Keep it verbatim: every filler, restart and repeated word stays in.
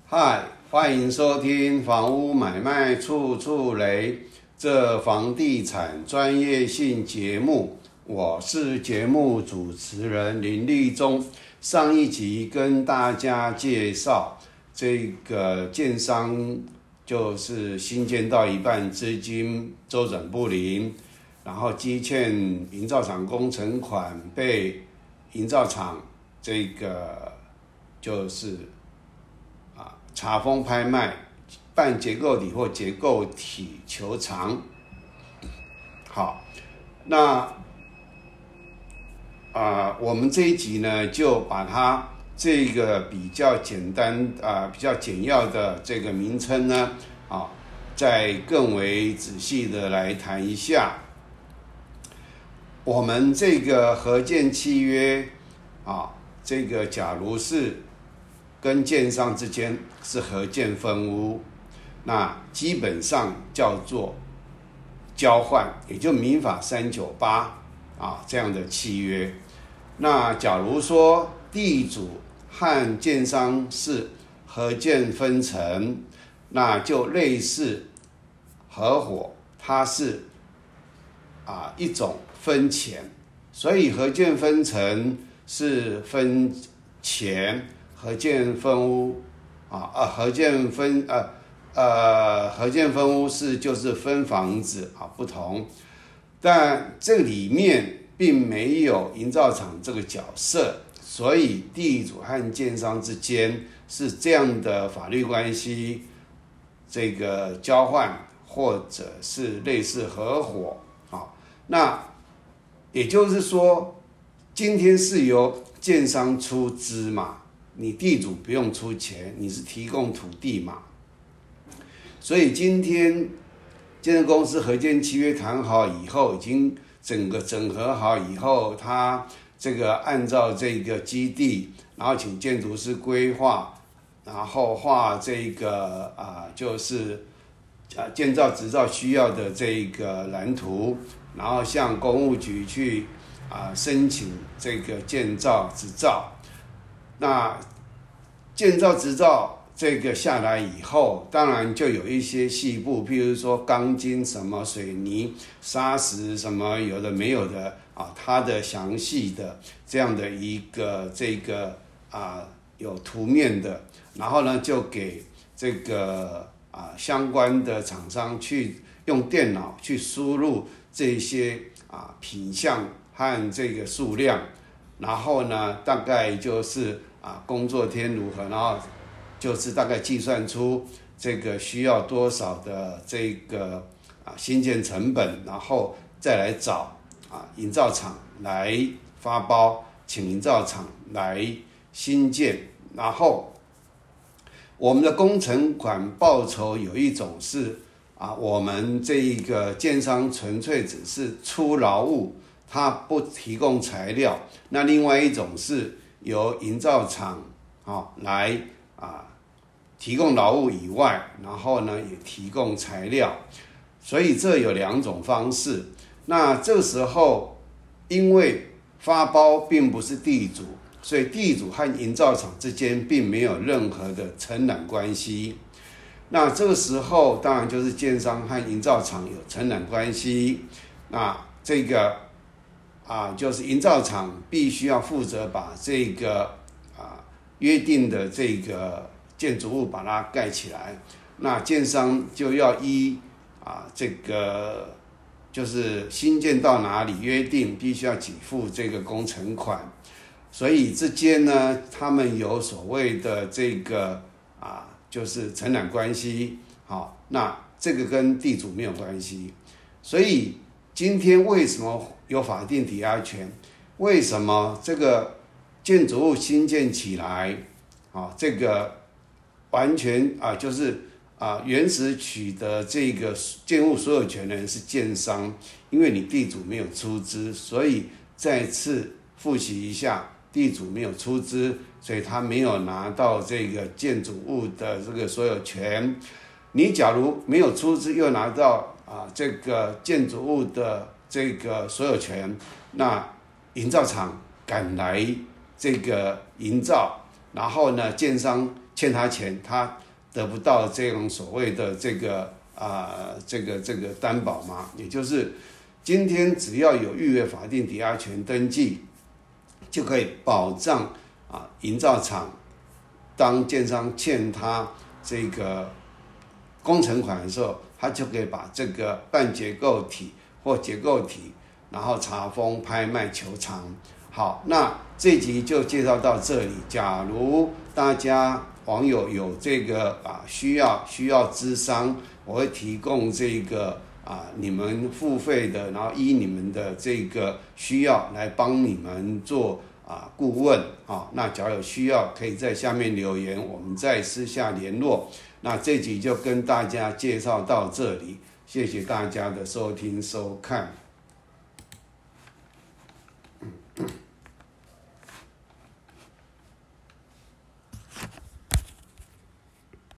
嗨，欢迎收听房屋买卖处处雷这房地产专业性节目，我是节目主持人林立忠。上一集跟大家介绍这个建商就是新建到一半，资金周转不灵，然后积欠营造厂工程款被营造厂这个就是查封拍卖，办结构体或结构体求偿。好，那啊、呃，我们这一集呢，就把它这个比较简单啊、呃、比较简要的这个名称呢，啊，再更为仔细的来谈一下。我们这个合建契约啊，这个假如是跟建商之间是合建分屋，那基本上叫做交换，也就民法三九八啊这样的契约。那假如说地主和建商是合建分成，那就类似合伙，它是啊一种分钱，所以合建分成是分钱。合建分屋啊，呃，合建分呃呃，合建分屋是就是分房子啊，不同，但这里面并没有营造厂这个角色，所以地主和建商之间是这样的法律关系，这个交换或者是类似合伙啊，那也就是说，今天是由建商出资嘛。你地主不用出钱，你是提供土地嘛，所以今天建设公司合建契约谈好以后，已经整个整合好以后，他这个按照这个基地，然后请建筑师规划，然后画这个啊、呃，就是啊建造执照需要的这个蓝图，然后向公务局去啊、呃、申请这个建造执照。那建造执照这个下来以后，当然就有一些细部，譬如说钢筋什么、水泥、砂石什么有的没有的啊，它的详细的这样的一个这个啊有图面的，然后呢就给这个啊相关的厂商去用电脑去输入这些啊品项和这个数量，然后呢大概就是啊，工作天如何？然后就是大概计算出这个需要多少的这个啊新建成本，然后再来找啊营造厂来发包，请营造厂来新建。然后我们的工程款报酬有一种是啊，我们这一个建商纯粹只是出劳务，他不提供材料。那另外一种是由营造厂啊来啊提供劳务以外，然后呢也提供材料，所以这有两种方式。那这时候因为发包并不是地主，所以地主和营造厂之间并没有任何的承揽关系。那这个时候当然就是建商和营造厂有承揽关系。那这个啊，就是营造厂必须要负责把这个啊约定的这个建筑物把它盖起来，那建商就要依啊这个就是新建到哪里约定必须要给付这个工程款，所以之间呢，他们有所谓的这个啊就是承揽关系，好，那这个跟地主没有关系，所以今天为什么有法定抵押权？为什么这个建筑物新建起来，啊，这个完全啊就是啊原始取得这个建物所有权人是建商，因为你地主没有出资，所以再次复习一下，地主没有出资，所以他没有拿到这个建筑物的这个所有权。你假如没有出资又拿到啊这个建筑物的这个所有权，那营造厂赶来这个营造，然后呢建商欠他钱，他得不到这种所谓的这个啊、呃、这个这个担保吗？也就是今天只要有预约法定抵押权登记，就可以保障啊营造厂当建商欠他这个工程款的时候，他就可以把这个半结构体或结构体，然后查封、拍卖、求偿。好，那这集就介绍到这里。假如大家网友有这个啊需要需要咨商，我会提供这个啊你们付费的，然后依你们的这个需要来帮你们做啊顾问啊。那假如有需要，可以在下面留言，我们再私下联络。那这集就跟大家介绍到这里，谢谢大家的收听收看。